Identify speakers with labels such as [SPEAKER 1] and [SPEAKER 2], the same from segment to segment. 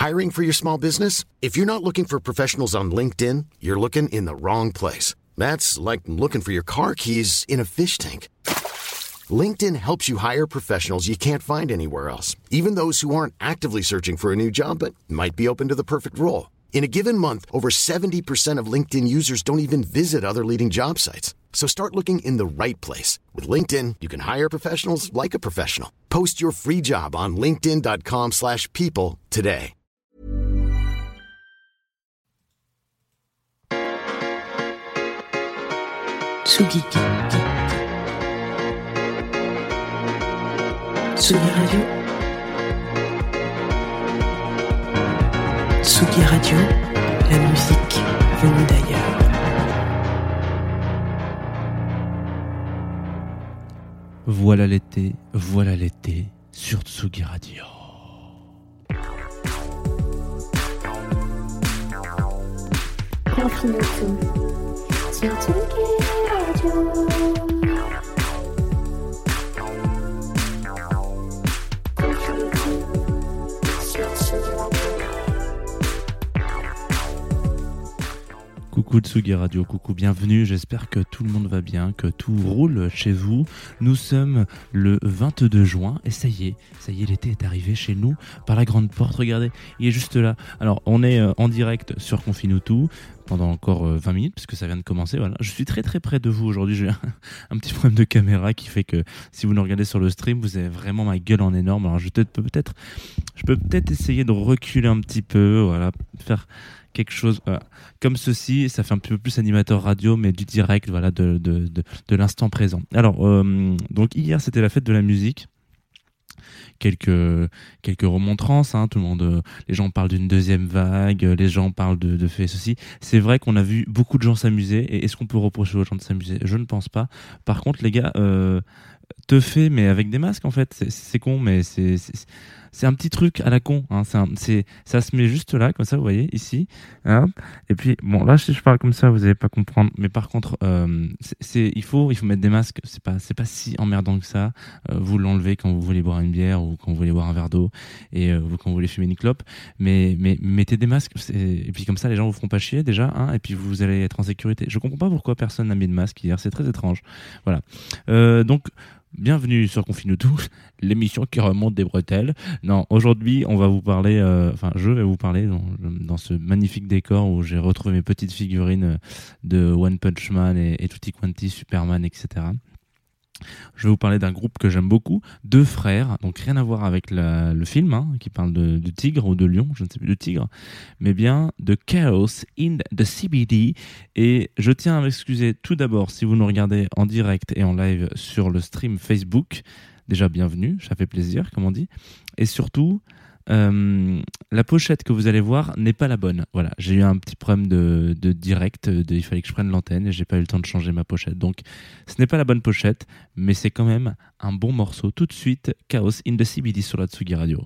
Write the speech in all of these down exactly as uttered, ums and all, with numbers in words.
[SPEAKER 1] Hiring for your small business? If you're not looking for professionals on LinkedIn, you're looking in the wrong place. That's like looking for your car keys in a fish tank. LinkedIn helps you hire professionals you can't find anywhere else, even those who aren't actively searching for a new job but might be open to the perfect role. In a given month, over seventy percent of LinkedIn users don't even visit other leading job sites. So start looking in the right place. With LinkedIn, you can hire professionals like a professional. Post your free job on linkedin.com slash people today.
[SPEAKER 2] Tsugi. Tsugi Radio. Tsugi Radio, la musique venue d'ailleurs.
[SPEAKER 3] Voilà l'été, voilà l'été sur Tsugi Radio.
[SPEAKER 4] Confine tout sur Tsugi Radio.
[SPEAKER 3] Coucou Tsugi Radio, coucou, bienvenue, j'espère que tout le monde va bien, que tout roule chez vous. Nous sommes le vingt-deux juin et ça y est, ça y est, l'été est arrivé chez nous par la grande porte, regardez, il est juste là. Alors on est en direct sur Confinutu pendant encore vingt minutes puisque ça vient de commencer, voilà. Je suis très très près de vous aujourd'hui, j'ai un, un petit problème de caméra qui fait que si vous nous regardez sur le stream, vous avez vraiment ma gueule en énorme. Alors je peux peut-être, je peux peut-être essayer de reculer un petit peu, voilà, faire quelque chose euh, comme ceci, ça fait un peu plus animateur radio, mais du direct, voilà, de, de, de, de l'instant présent. Alors, euh, donc hier, c'était la fête de la musique. Quelques, quelques remontrances, hein, tout le monde, euh, les gens parlent d'une deuxième vague, les gens parlent de, de fait ceci. C'est vrai qu'on a vu beaucoup de gens s'amuser, et est-ce qu'on peut reprocher aux gens de s'amuser ? Je ne pense pas. Par contre, les gars, euh, teuffer, mais avec des masques, en fait, c'est, c'est con, mais c'est... c'est C'est un petit truc à la con, hein. c'est, un, c'est ça se met juste là, comme ça, vous voyez, ici. Hein. Et puis, bon, là, si je parle comme ça, vous n'allez pas comprendre. Mais par contre, euh, c'est, c'est, il faut, il faut mettre des masques. C'est pas, c'est pas si emmerdant que ça. Euh, vous l'enlevez quand vous voulez boire une bière ou quand vous voulez boire un verre d'eau et euh, quand vous voulez fumer une clope. Mais, mais mettez des masques. C'est, et puis comme ça, les gens vous feront pas chier déjà. Hein, et puis vous allez être en sécurité. Je comprends pas pourquoi personne n'a mis de masque hier. C'est très étrange. Voilà. Euh, donc. Bienvenue sur Confinutu, l'émission qui remonte des bretelles. Non, aujourd'hui, on va vous parler, euh, enfin, je vais vous parler dans, dans ce magnifique décor où j'ai retrouvé mes petites figurines de One Punch Man et, et Tutti Quanti, Superman, et cetera. Je vais vous parler d'un groupe que j'aime beaucoup, deux frères, donc rien à voir avec la, le film, hein, qui parle de, de tigre ou de lion, je ne sais plus, de tigre, mais bien de Chaos in the C B D. Et je tiens à m'excuser tout d'abord si vous nous regardez en direct et en live sur le stream Facebook. Déjà, bienvenue, ça fait plaisir, comme on dit. Et surtout, Euh, la pochette que vous allez voir n'est pas la bonne. Voilà, j'ai eu un petit problème de, de direct, de, il fallait que je prenne l'antenne et j'ai pas eu le temps de changer ma pochette. Donc, ce n'est pas la bonne pochette, mais c'est quand même un bon morceau. Tout de suite, Chaos in the C B D sur la Tsugi Radio.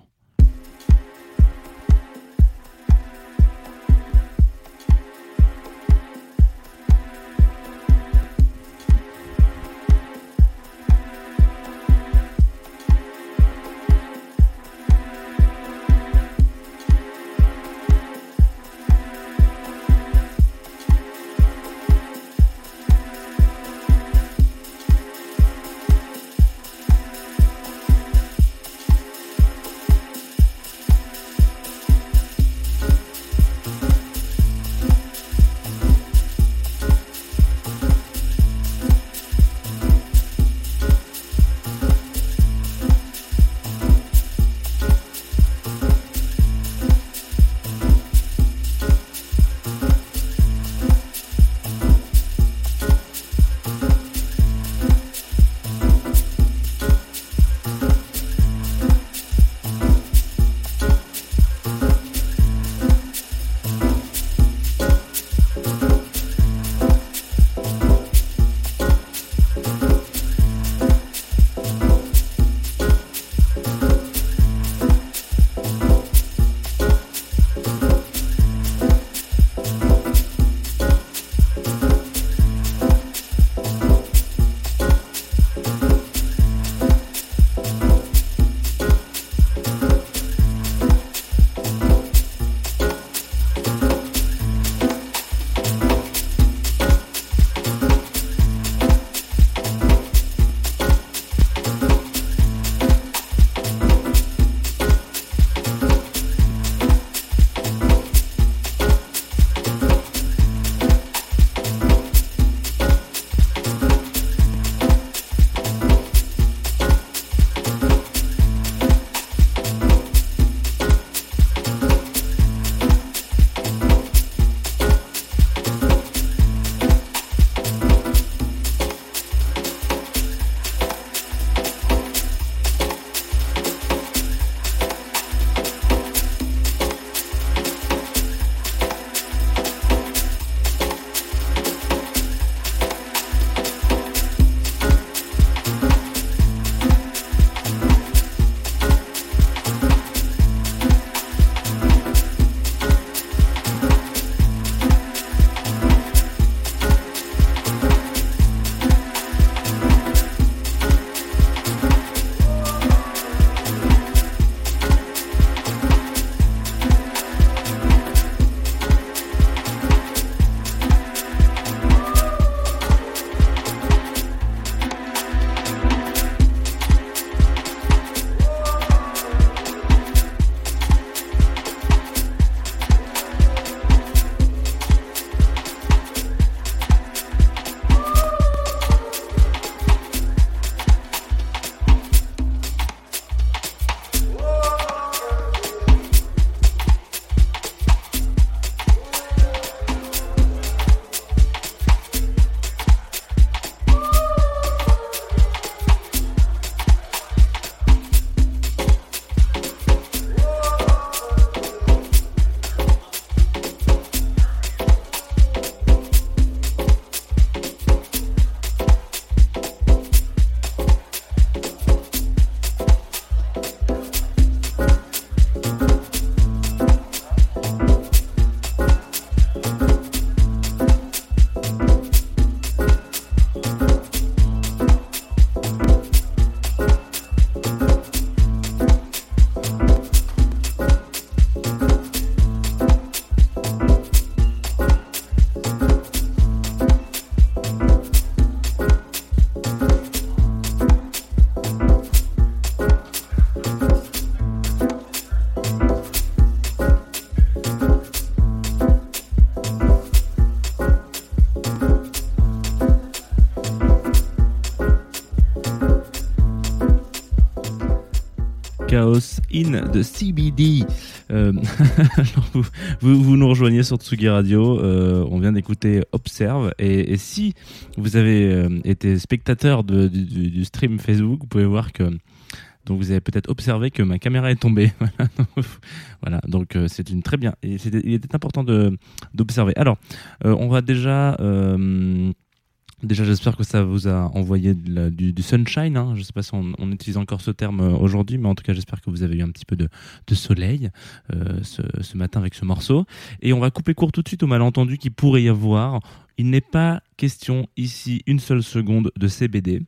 [SPEAKER 3] Chaos in the C B D. Euh, vous, vous, vous nous rejoignez sur Tsugi Radio. Euh, on vient d'écouter Observe. Et, et si vous avez euh, été spectateur de, du, du stream Facebook, vous pouvez voir que donc vous avez peut-être observé que ma caméra est tombée. Voilà, donc euh, c'est une très bien. Et c'était, il était important de d'observer. Alors, euh, on va déjà. Euh, Déjà, j'espère que ça vous a envoyé de la, du, du sunshine. Hein. Je ne sais pas si on, on utilise encore ce terme euh, aujourd'hui, mais en tout cas, j'espère que vous avez eu un petit peu de, de soleil euh, ce, ce matin avec ce morceau. Et on va couper court tout de suite au malentendu qu'il pourrait y avoir. Il n'est pas question ici une seule seconde de C B D.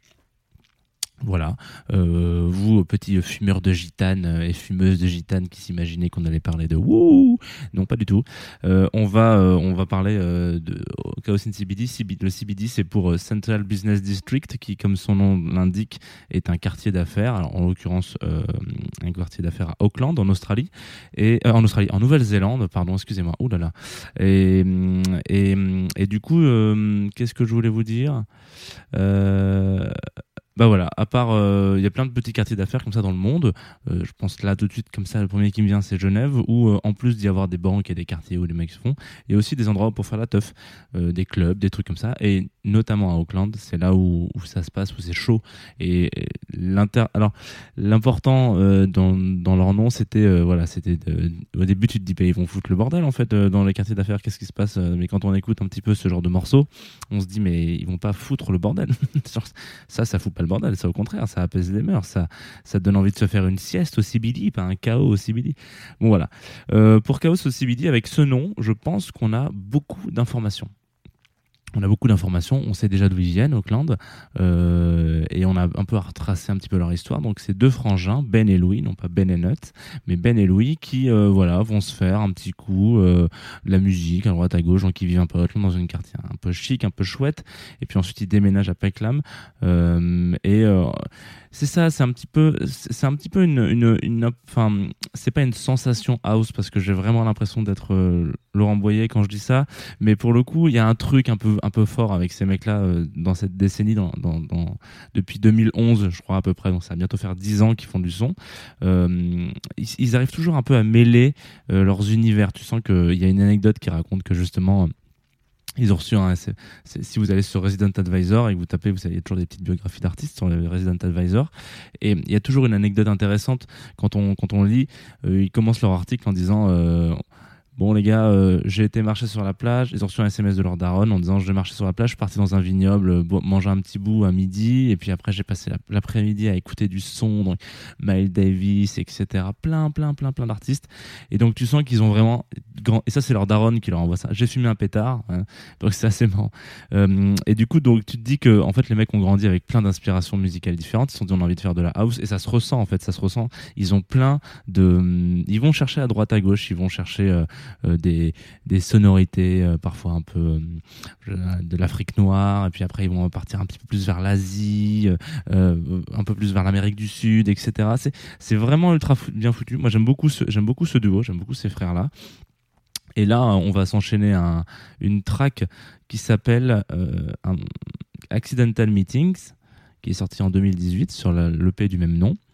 [SPEAKER 3] Voilà, euh, vous petits fumeurs de gitane et fumeuses de gitane qui s'imaginaient qu'on allait parler de wouh, non pas du tout. Euh, on va euh, on va parler euh, de Chaos in C B D. C B D. Le C B D c'est pour Central Business District qui, comme son nom l'indique, est un quartier d'affaires. Alors, en l'occurrence euh, un quartier d'affaires à Auckland en Australie et euh, en Australie, en Nouvelle-Zélande, pardon, excusez-moi. Ouh là là. Et et et du coup, euh, qu'est-ce que je voulais vous dire? Euh, Bah voilà, à part, il euh, y a plein de petits quartiers d'affaires comme ça dans le monde. Euh, je pense là tout de suite comme ça, le premier qui me vient c'est Genève, où euh, en plus d'y avoir des banques et des quartiers où les mecs se font, il y a aussi des endroits pour faire la teuf, euh, des clubs, des trucs comme ça. Et notamment à Auckland, c'est là où, où ça se passe, où c'est chaud. Et l'inter, alors l'important euh, dans, dans leur nom, c'était euh, voilà, c'était de, au début tu te dis bah, ils vont foutre le bordel en fait euh, dans les quartiers d'affaires. Qu'est-ce qui se passe? Mais quand on écoute un petit peu ce genre de morceaux, on se dit mais ils vont pas foutre le bordel. ça, ça fout pas le bordel, ça au contraire, ça apaise les mœurs, ça, ça donne envie de se faire une sieste au C B D, pas un chaos au C B D. Bon voilà. Euh, pour Chaos au C B D, avec ce nom, je pense qu'on a beaucoup d'informations. On a beaucoup d'informations, on sait déjà d'où ils viennent, Auckland, euh, et on a un peu retracé un petit peu leur histoire. Donc c'est deux frangins, Ben et Louis, non pas Ben et Nut, mais Ben et Louis, qui euh, voilà vont se faire un petit coup euh, de la musique à droite à gauche, donc ils vivent un peu à Auckland dans un quartier un peu chic, un peu chouette, et puis ensuite ils déménagent à Peckham, euh, et euh, c'est ça, c'est un petit peu, c'est un petit peu une, une, une, enfin, c'est pas une sensation house parce que j'ai vraiment l'impression d'être euh, Laurent Boyer quand je dis ça, mais pour le coup, il y a un truc un peu, un peu fort avec ces mecs-là euh, dans cette décennie, dans, dans, dans, depuis deux mille onze, je crois à peu près, donc ça va bientôt faire dix ans qu'ils font du son. Euh, ils, ils arrivent toujours un peu à mêler euh, leurs univers. Tu sens qu'il y a une anecdote qui raconte que justement. Ils ont reçu un, c'est, c'est, si vous allez sur Resident Advisor et que vous tapez, vous savez, il y a toujours des petites biographies d'artistes sur le Resident Advisor. Et il y a toujours une anecdote intéressante quand on, quand on lit, euh, ils commencent leur article en disant, euh, bon les gars, euh, j'ai été marcher sur la plage, ils ont reçu un S M S de leur daronne en disant je vais marcher sur la plage, je suis parti dans un vignoble, bo- manger un petit bout à midi, et puis après j'ai passé la, l'après-midi à écouter du son, donc Miles Davis, et cetera. Plein, plein, plein, plein d'artistes. Et donc tu sens qu'ils ont vraiment grand... Et ça c'est leur daronne qui leur envoie ça. J'ai fumé un pétard, hein. Donc c'est assez marrant. Euh, et du coup donc tu te dis que en fait les mecs ont grandi avec plein d'inspirations musicales différentes, ils se sont dit on a envie de faire de la house, et ça se ressent en fait, ça se ressent. Ils ont plein de... Ils vont chercher à droite à gauche, ils vont chercher... Euh, Euh, des, des sonorités euh, parfois un peu euh, de l'Afrique noire, et puis après ils vont partir un petit peu plus vers l'Asie, euh, un peu plus vers l'Amérique du Sud, et cetera. C'est, c'est vraiment ultra fou- bien foutu. Moi j'aime beaucoup ce, j'aime beaucoup ce duo, j'aime beaucoup ces frères-là. Et là, on va s'enchaîner un, une track qui s'appelle euh, un Accidental Meetings, qui est sorti en deux mille dix-huit sur la, l'E P du même nom.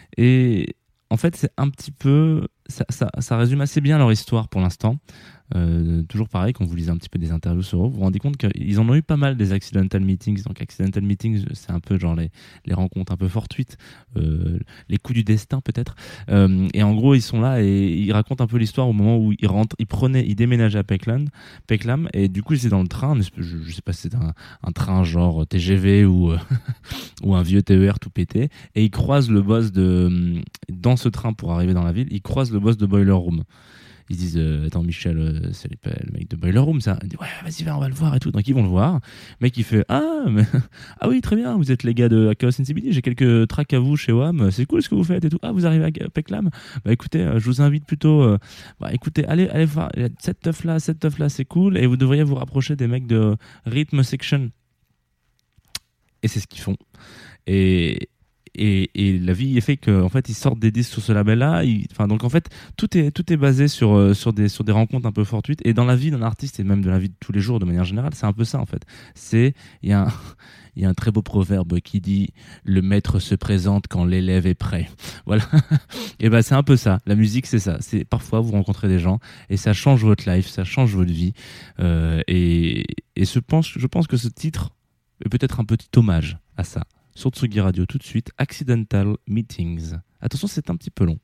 [SPEAKER 3] Et en fait, c'est un petit peu... Ça, ça, ça résume assez bien leur histoire pour l'instant. Euh, toujours pareil, quand vous lisez un petit peu des interviews sur eux, vous vous rendez compte qu'ils en ont eu pas mal des accidental meetings. Donc accidental meetings, c'est un peu genre les, les rencontres un peu fortuites, euh, les coups du destin peut-être. Euh, et en gros, ils sont là et ils racontent un peu l'histoire au moment où ils rentrent, ils prenaient, ils déménageaient à Peckham, Peckham, et du coup ils étaient dans le train. Je, je sais pas si c'est un, un train genre T G V ou ou un vieux T E R tout pété, et ils croisent le boss de dans ce train pour arriver dans la ville. Ils croisent le boss de Boiler Room. Ils disent euh, attends Michel, euh, c'est le mec de Boiler Room ça. Il dit ouais vas-y viens on va le voir et tout. Donc ils vont le voir. Le mec il fait ah mais ah oui très bien, vous êtes les gars de Chaos in C B D, j'ai quelques tracks à vous chez W A M, c'est cool ce que vous faites et tout. Ah vous arrivez à Peckham, bah écoutez euh, je vous invite plutôt euh, bah écoutez allez allez voir cette teuf là cette teuf là c'est cool, et vous devriez vous rapprocher des mecs de Rhythm Section. Et c'est ce qu'ils font. Et et, et la vie fait qu'en fait ils sortent des disques sur ce label-là. Ils, enfin donc en fait tout est tout est basé sur euh, sur des sur des rencontres un peu fortuites. Et dans la vie d'un artiste et même de la vie de tous les jours de manière générale, c'est un peu ça en fait. C'est il y a un, il y a un très beau proverbe qui dit le maître se présente quand l'élève est prêt. Voilà. Et ben c'est un peu ça. La musique c'est ça. C'est parfois vous rencontrez des gens et ça change votre life, ça change votre vie. Euh, et et je pense je pense que ce titre est peut-être un petit hommage à ça. Sur Tsugi Radio tout de suite, Accidental Meetings. Attention, c'est un petit peu long.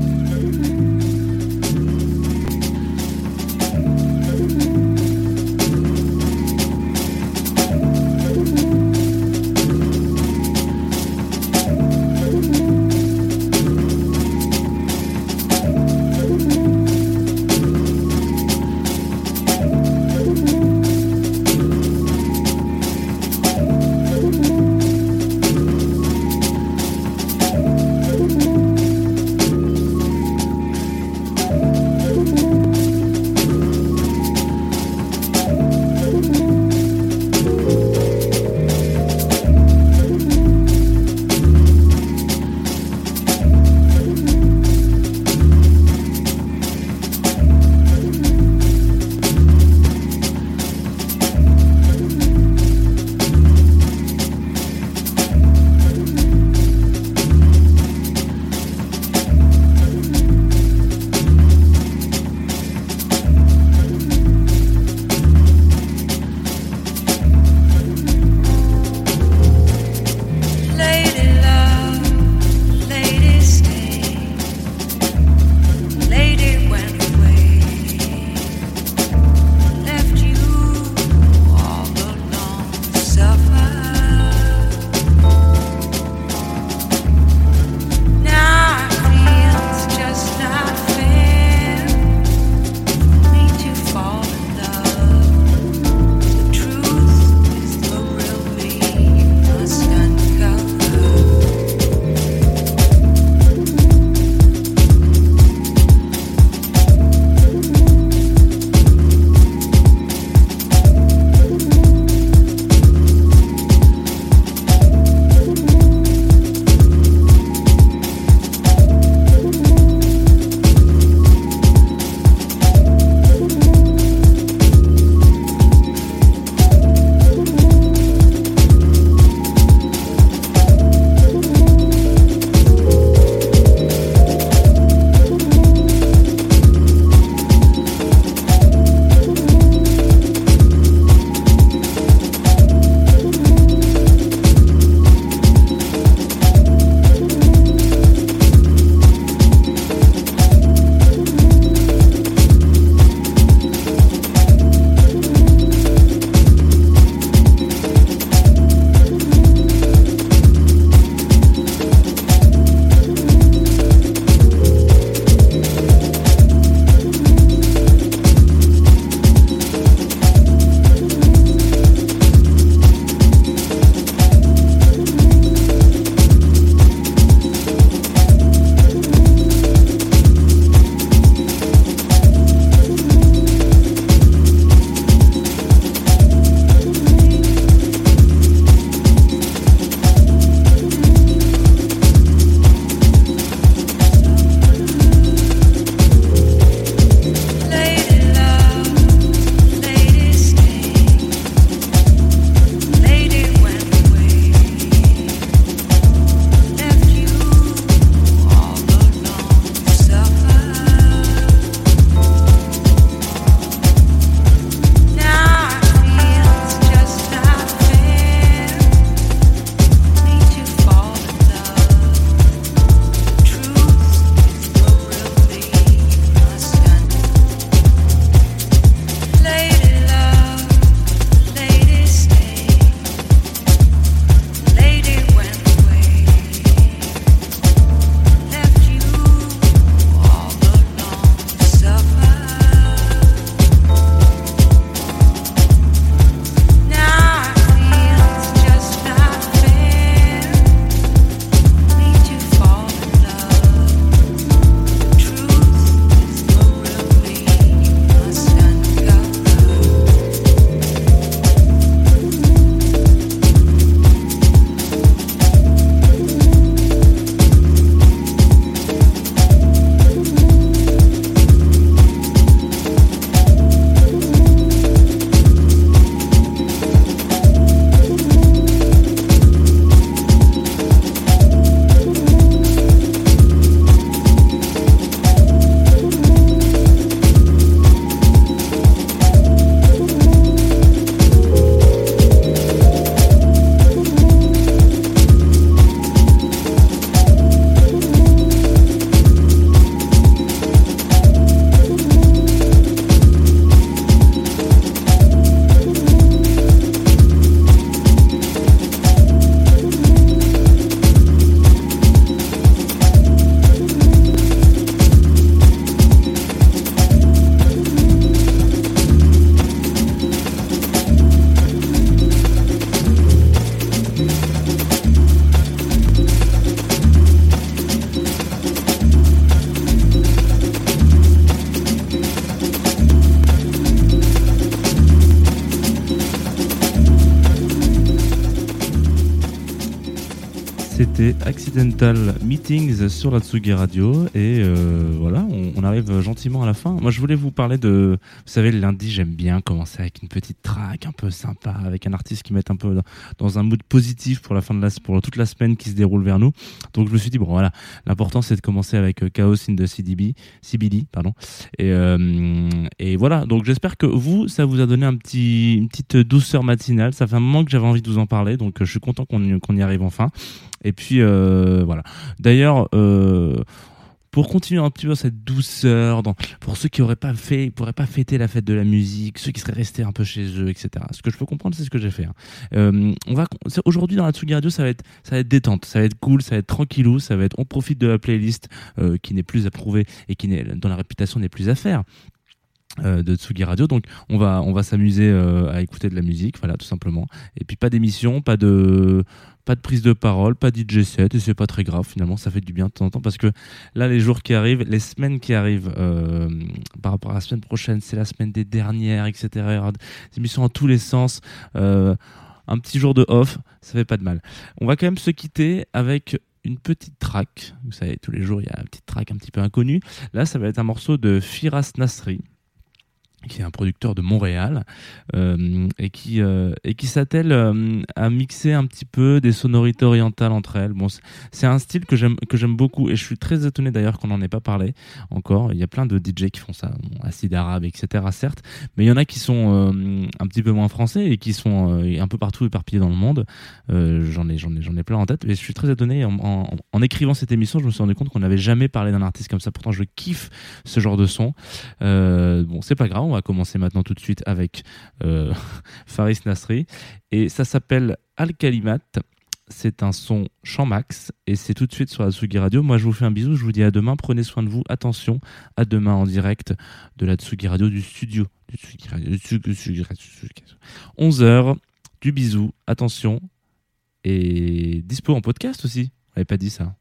[SPEAKER 4] Thank
[SPEAKER 3] C'était Accidental Meetings sur la Tsugi Radio et euh, voilà, on, on arrive gentiment à la fin. Moi, je voulais vous parler de, vous savez, le lundi, j'aime bien commencer avec une petite track un peu sympa, avec un artiste qui met un peu dans, dans un mood positif pour la fin de la, pour toute la semaine qui se déroule vers nous. Donc, je me suis dit bon, voilà, l'important c'est de commencer avec euh, Chaos in the C D B, C B D, pardon. Et, euh, et voilà. Donc, j'espère que vous, ça vous a donné un petit, une petite douceur matinale. Ça fait un moment que j'avais envie de vous en parler, donc euh, je suis content qu'on, qu'on y arrive enfin. Et puis euh, voilà. D'ailleurs, euh, pour continuer un petit peu cette douceur, dans, pour ceux qui n'auraient pas fait, pourraient pas fêter la fête de la musique, ceux qui seraient restés un peu chez eux, et cetera. Ce que je peux comprendre, c'est ce que j'ai fait. Hein. Euh, on va aujourd'hui dans la Tsugi Radio, ça va être, ça va être détente, ça va être cool, ça va être tranquillou, ça va être. On profite de la playlist euh, qui n'est plus approuvée et qui n'est, dont la réputation n'est plus à faire. Euh, de Tsugi Radio, donc on va on va s'amuser euh, à écouter de la musique, voilà, tout simplement. Et puis pas d'émission, pas de pas de prise de parole, pas D J set, et c'est pas très grave finalement, ça fait du bien de temps en temps parce que là les jours qui arrivent, les semaines qui arrivent euh, par rapport à la semaine prochaine, c'est la semaine des dernières, et cetera. Il y aura des émissions en tous les sens. Euh, un petit jour de off, ça fait pas de mal. On va quand même se quitter avec une petite track. Vous savez, tous les jours il y a une petite track un petit peu inconnue. Là, ça va être un morceau de Firas Nasri, qui est un producteur de Montréal euh, et qui euh, et qui s'attelle euh, à mixer un petit peu des sonorités orientales entre elles. Bon, c'est, c'est un style que j'aime que j'aime beaucoup et je suis très étonné d'ailleurs qu'on n'en ait pas parlé encore. Il y a plein de D J qui font ça, bon, Acid Arabe, et cetera. Certes, mais il y en a qui sont euh, un petit peu moins français et qui sont euh, un peu partout éparpillés dans le monde. Euh, j'en ai j'en ai j'en ai plein en tête et je suis très étonné en, en, en écrivant cette émission, je me suis rendu compte qu'on n'avait jamais parlé d'un artiste comme ça. Pourtant, je kiffe ce genre de son. Euh, bon, c'est pas grave. On va commencer maintenant tout de suite avec euh, Faris Nasri et ça s'appelle Al-Kalimat. C'est un son chant max et c'est tout de suite sur la Tsugi Radio. Moi je vous fais un bisou, je vous dis à demain, prenez soin de vous, attention, à demain en direct de la Tsugi Radio, du studio du Tsugi Radio, du Tsugi, du Tsugi Radio, onze heures, du bisou, attention et dispo en podcast aussi, on n'avait pas dit ça.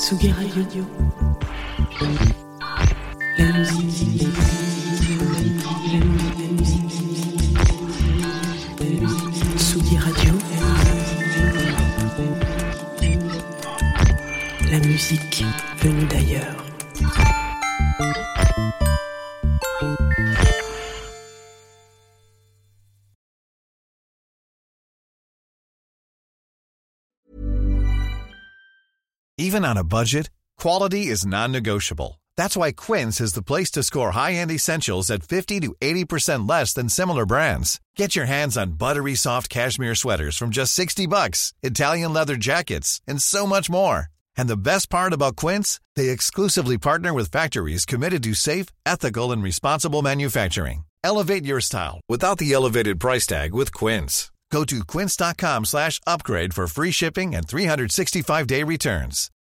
[SPEAKER 2] Tsugi Radio. La musique. Tsugi Radio. La musique venue d'ailleurs.
[SPEAKER 5] Even on a budget, quality is non-negotiable. That's why Quince is the place to score high-end essentials at fifty to eighty percent less than similar brands. Get your hands on buttery soft cashmere sweaters from just sixty bucks, Italian leather jackets, and so much more. And the best part about Quince, they exclusively partner with factories committed to safe, ethical, and responsible manufacturing. Elevate your style without the elevated price tag with Quince. Go to quince.com slash upgrade for free shipping and three sixty-five day returns.